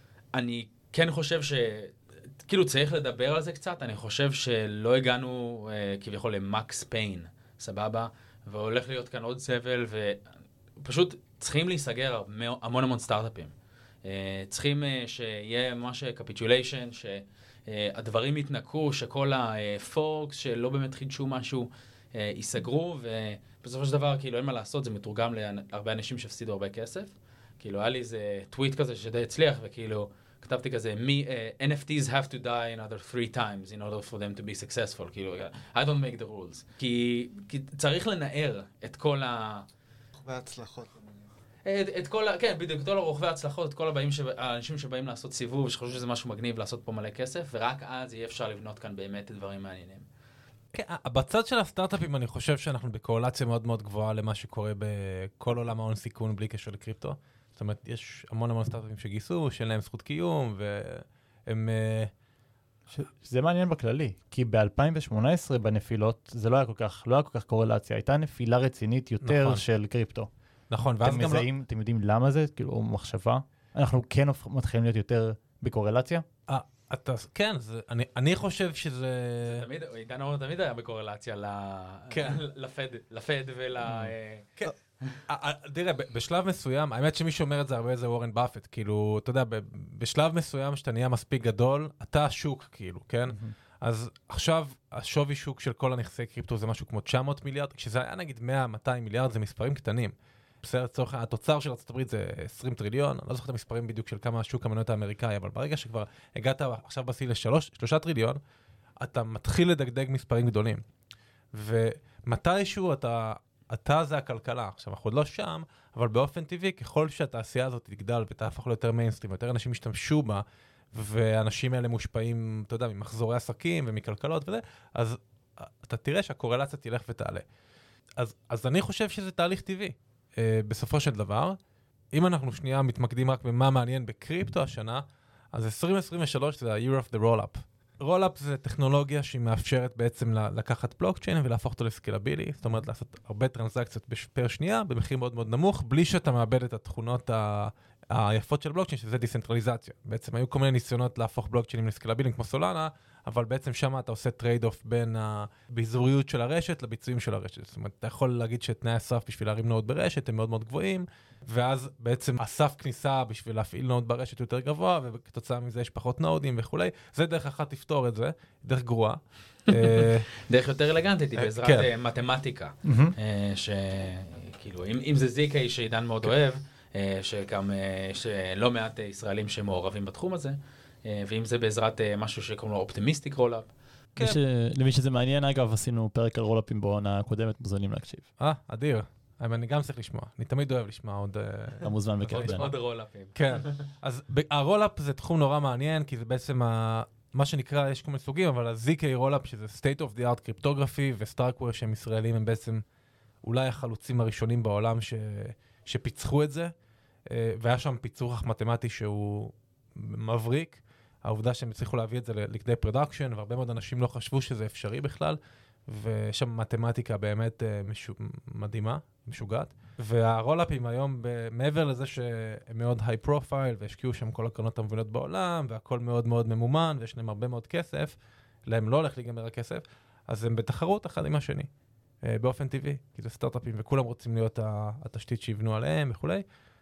אני כן חושב ש... כאילו צריך לדבר על זה קצת, אני חושב שלא הגענו כביכול למקס פיין, סבבה? והולך להיות כאן עוד סבל, ופשוט צריכים להיסגר המון המון סטארט-אפים. Uh, צריכים uh, שיהיה ממש קפיטוליישן, שהדברים יתנקו, שכל הפורקס שלא באמת חידשו משהו uh, ייסגרו, ובסופו של דבר כאילו אין מה לעשות, זה מתורגם להרבה אנשים שהפסידו הרבה כסף. כאילו היה לי איזה טוויט כזה שדי הצליח, וכאילו כתבתי כזה, Me, uh, N F Ts have to die another three times in order for them to be successful. כאילו, I don't make the rules. כי, כי צריך לנער את כל ה... והצלחות. את, את כל, כן, בדיוק, את כל הרוכבי ההצלחות, את כל הבאים ש... האנשים שבאים לעשות סיבוב, שחושבים שזה משהו מגניב לעשות פה מלא כסף, ורק אז יהיה אפשר לבנות כאן באמת דברים מעניינים. כן, בצד של הסטארט-אפים אני חושב שאנחנו בקורלציה מאוד מאוד גבוהה למה שקורה בכל עולם ההון סיכון בלי קשר לקריפטו. זאת אומרת, יש המון המון סטארט-אפים שגייסו, שאין להם זכות קיום, והם... ש... זה מעניין בכללי, כי ב-אלפיים שמונה עשרה בנפילות זה לא היה כל כך, לא היה כל כך קורלציה, הייתה נפילה רצינית יותר נכון. של קריפטו. נכון, ואז אתם גם מזהים, לא... אתם יודעים למה זה? כאילו, מחשבה? אנחנו כן מתחילים להיות יותר בקורלציה? אה, אתה, כן, זה, אני, אני חושב שזה... זה תמיד, עידן אור תמיד היה בקורלציה ל... כן. לפד, לפד ול... כן. תראה, בשלב מסוים, האמת שמי שאומר את זה הרבה זה וורן באפט, כאילו, אתה יודע, בשלב מסוים שאתה נהיה מספיק גדול, אתה השוק, כאילו, כן? אז עכשיו, השווי שוק של כל הנכסי קריפטו זה משהו כמו תשע מאות מיליארד, כשזה היה נגיד מאה מאתיים מיליארד, זה מספרים קטנים. בסדר, צורך, התוצר של ארצות הברית זה עשרים טריליון, אני לא זוכר את המספרים בדיוק של כמה השוק המניות האמריקאי, אבל ברגע שכבר הגעת עכשיו בשיא לשלוש, שלושה טריליון, אתה מתחיל לדגדג מספרים גדולים. ומתישהו אתה אתה זה הכלכלה. עכשיו, אנחנו עוד לא שם, אבל באופן טבעי, ככל שהתעשייה הזאת תגדל ותהפוך ליותר מיינסטרים, יותר אנשים ישתמשו בה, ואנשים האלה מושפעים, אתה יודע, ממחזורי עסקים ומכלכלות וזה, אז אתה תראה שהקורלציה תלך ותעלה. אז, אז אני חושב שזה תהליך טבעי. Uh, בסופו של דבר, אם אנחנו שנייה מתמקדים רק במה מעניין בקריפטו השנה, אז עשרים עשרים ושלוש זה ה-year of the roll-up. roll-up זה טכנולוגיה שהיא מאפשרת בעצם לקחת בלוקצ'יין ולהפוך אותו לסקלבילי, זאת אומרת לעשות הרבה טרנזקציות פר שנייה, במחיר מאוד מאוד נמוך, בלי שאתה מאבד את התכונות ה... היפות של בלוקצ'יין, שזה דיסנטרליזציה. בעצם היו כל מיני ניסיונות להפוך בלוקצ'יינים לסקלבילים כמו סולנה, אבל בעצם שם אתה עושה טרייד-אוף בין הביזוריות של הרשת לביצועים של הרשת. זאת אומרת, אתה יכול להגיד שתנאי הסף בשביל להרים נוד ברשת הם מאוד מאוד גבוהים, ואז בעצם הסף כניסה בשביל להפעיל נוד ברשת יותר גבוה, וכתוצאה מזה יש פחות נודים וכו'. זה דרך אחת תפתור את זה, דרך גרועה. דרך יותר אלגנטית, היא בעזרת מתמטיקה. שכאילו, אם זה זיקה שעידן מאוד אוהב, שגם יש לא מעט ישראלים שמעורבים בתחום הזה, ואם זה בעזרת משהו שקוראים לו אופטימיסטיק רולאפ. למי שזה מעניין, אגב, עשינו פרק על רולאפים בעונה הקודמת, מוזמנים להקשיב. אה, אדיר. אני גם צריך לשמוע. אני תמיד אוהב לשמוע עוד... המוזמן בכיף. עוד רולאפים. כן. אז הרולאפ זה תחום נורא מעניין, כי זה בעצם מה שנקרא, יש כל מיני סוגים, אבל ה-זי קיי רולאפ, שזה State of the Art קריפטוגרפי, וסטארקוור שהם ישראלים, הם בעצם אולי החלוצים הראשונים בעולם שפיצחו את זה. והיה שם פיצוח מתמטי שהוא מבריק, העובדה שהם הצליחו להביא את זה לכדי פרודקשן, והרבה מאוד אנשים לא חשבו שזה אפשרי בכלל, ושם מתמטיקה באמת משו... מדהימה, משוגעת. והרולאפים היום, מעבר לזה שהם מאוד היי פרופייל, והשקיעו שם כל הקרנות המובילות בעולם, והכל מאוד מאוד ממומן, ויש להם הרבה מאוד כסף, להם לא הולך להיגמר הכסף, אז הם בתחרות אחד עם השני, באופן טבעי, כי זה סטארט-אפים, וכולם רוצים להיות התשתית שיבנו עליהם וכולי.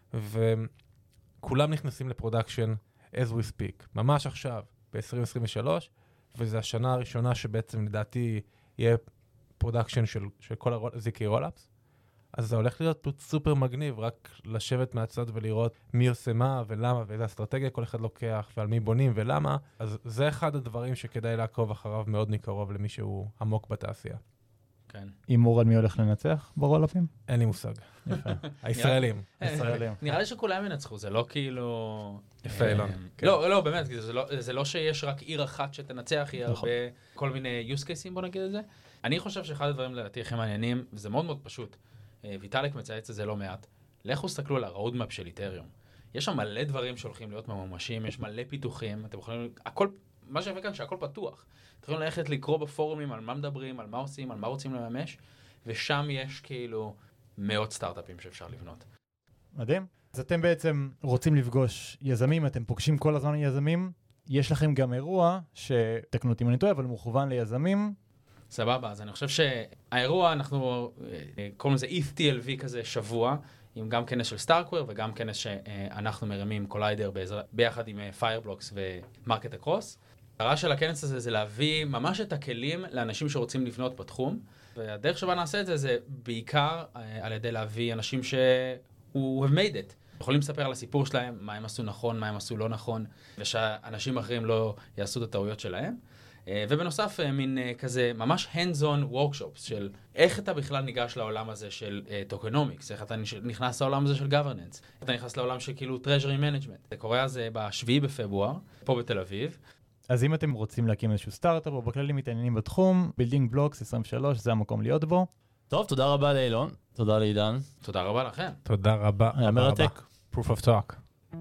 וכולם נכנסים לפרודקשן as we speak, ממש עכשיו, ב-עשרים עשרים ושלוש, וזו השנה הראשונה שבעצם לדעתי יהיה פרודקשן של, של כל ה-זי קיי רולאפס, אז זה הולך להיות סופר מגניב, רק לשבת מהצד ולראות מי עושה מה ולמה, ואיזה אסטרטגיה כל אחד לוקח, ועל מי בונים ולמה, אז זה אחד הדברים שכדאי לעקוב אחריו מאוד מקרוב למי שהוא עמוק בתעשייה. כן. אימור על מי הולך לנצח ברולאפים? אין לי מושג. יפה. הישראלים. ישראלים. נראה לי שכולם ינצחו, זה לא כאילו... יפה, אילון. לא, לא, באמת, זה לא שיש רק עיר אחת שתנצח, יהיה הרבה כל מיני use cases, בוא נגיד את זה. אני חושב שאחד הדברים לדעתי הכי מעניינים, וזה מאוד מאוד פשוט, ויטאלק מצייץ את זה לא מעט, לכו סתכלו על הרודמאפ של איתריום. יש שם מלא דברים שהולכים להיות ממומשים, יש מלא פיתוחים, אתם יכולים... הכל, מה שיפה כאן שהכל פתוח. אתם יכולים ללכת לקרוא בפורומים על מה מדברים, על מה עושים, על מה רוצים לממש, ושם יש כאילו מאות סטארט-אפים שאפשר לבנות. מדהים. אז אתם בעצם רוצים לפגוש יזמים, אתם פוגשים כל הזמן יזמים, יש לכם גם אירוע, שתקנו אותי אם אני טועה, אבל מוכוון ליזמים. סבבה, אז אני חושב שהאירוע, אנחנו קוראים לזה E T H L V כזה שבוע, עם גם כנס של סטארקוור וגם כנס שאנחנו מרימים קוליידר ביחד עם פיירבלוקס ומרקט אקרוס. הרעש של הכנס הזה זה להביא ממש את הכלים לאנשים שרוצים לבנות בתחום, והדרך שבה נעשה את זה זה בעיקר על ידי להביא אנשים שהוא have made it. יכולים לספר על הסיפור שלהם, מה הם עשו נכון, מה הם עשו לא נכון, ושאנשים אחרים לא יעשו את הטעויות שלהם. ובנוסף, מין כזה ממש hands-on workshops של איך אתה בכלל ניגש לעולם הזה של טוקנומיקס, איך אתה נכנס לעולם הזה של governance, איך אתה נכנס לעולם של כאילו treasury management. זה קורה אז בשביעי בפברואר, פה בתל אביב. אז אם אתם רוצים להקים איזשהו סטארט-אפ, או בכללים מתעניינים בתחום, Building Blocks עשרים ושלוש, זה המקום להיות בו. טוב, תודה רבה לאילון, תודה לעידן. תודה רבה לכם. תודה רבה. היה מרתק. Proof of Talk.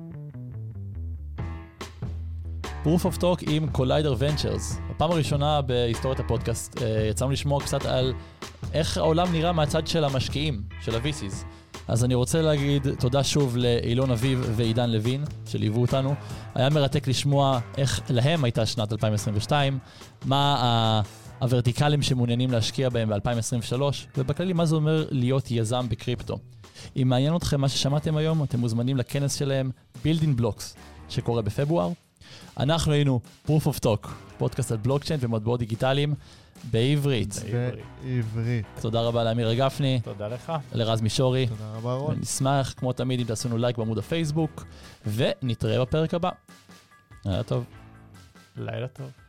Proof of Talk עם Collider Ventures. בפעם הראשונה בהיסטוריית הפודקאסט יצאנו לשמוע קצת על איך העולם נראה מהצד של המשקיעים, של ה-וי סי'ס. אז אני רוצה להגיד תודה שוב לאילון אביב ועידן לוין שליוו אותנו. היה מרתק לשמוע איך להם הייתה שנת אלפיים עשרים ושתיים, מה הוורטיקלים שמעוניינים להשקיע בהם ב-אלפיים עשרים ושלוש, ובכללי מה זה אומר להיות יזם בקריפטו. אם מעניין אתכם מה ששמעתם היום, אתם מוזמנים לכנס שלהם Building Blocks, שקורה בפברואר. אנחנו היינו Proof of Talk, פודקאסט על בלוקצ'יין ומטבעות דיגיטליים בעברית. בעברית. תודה רבה לאמיר גפני. תודה לך. לרז מישורי. תודה רבה רון. נשמח, כמו תמיד, אם תעשו לנו לייק בעמוד הפייסבוק, ונתראה בפרק הבא. לילה טוב. לילה טוב.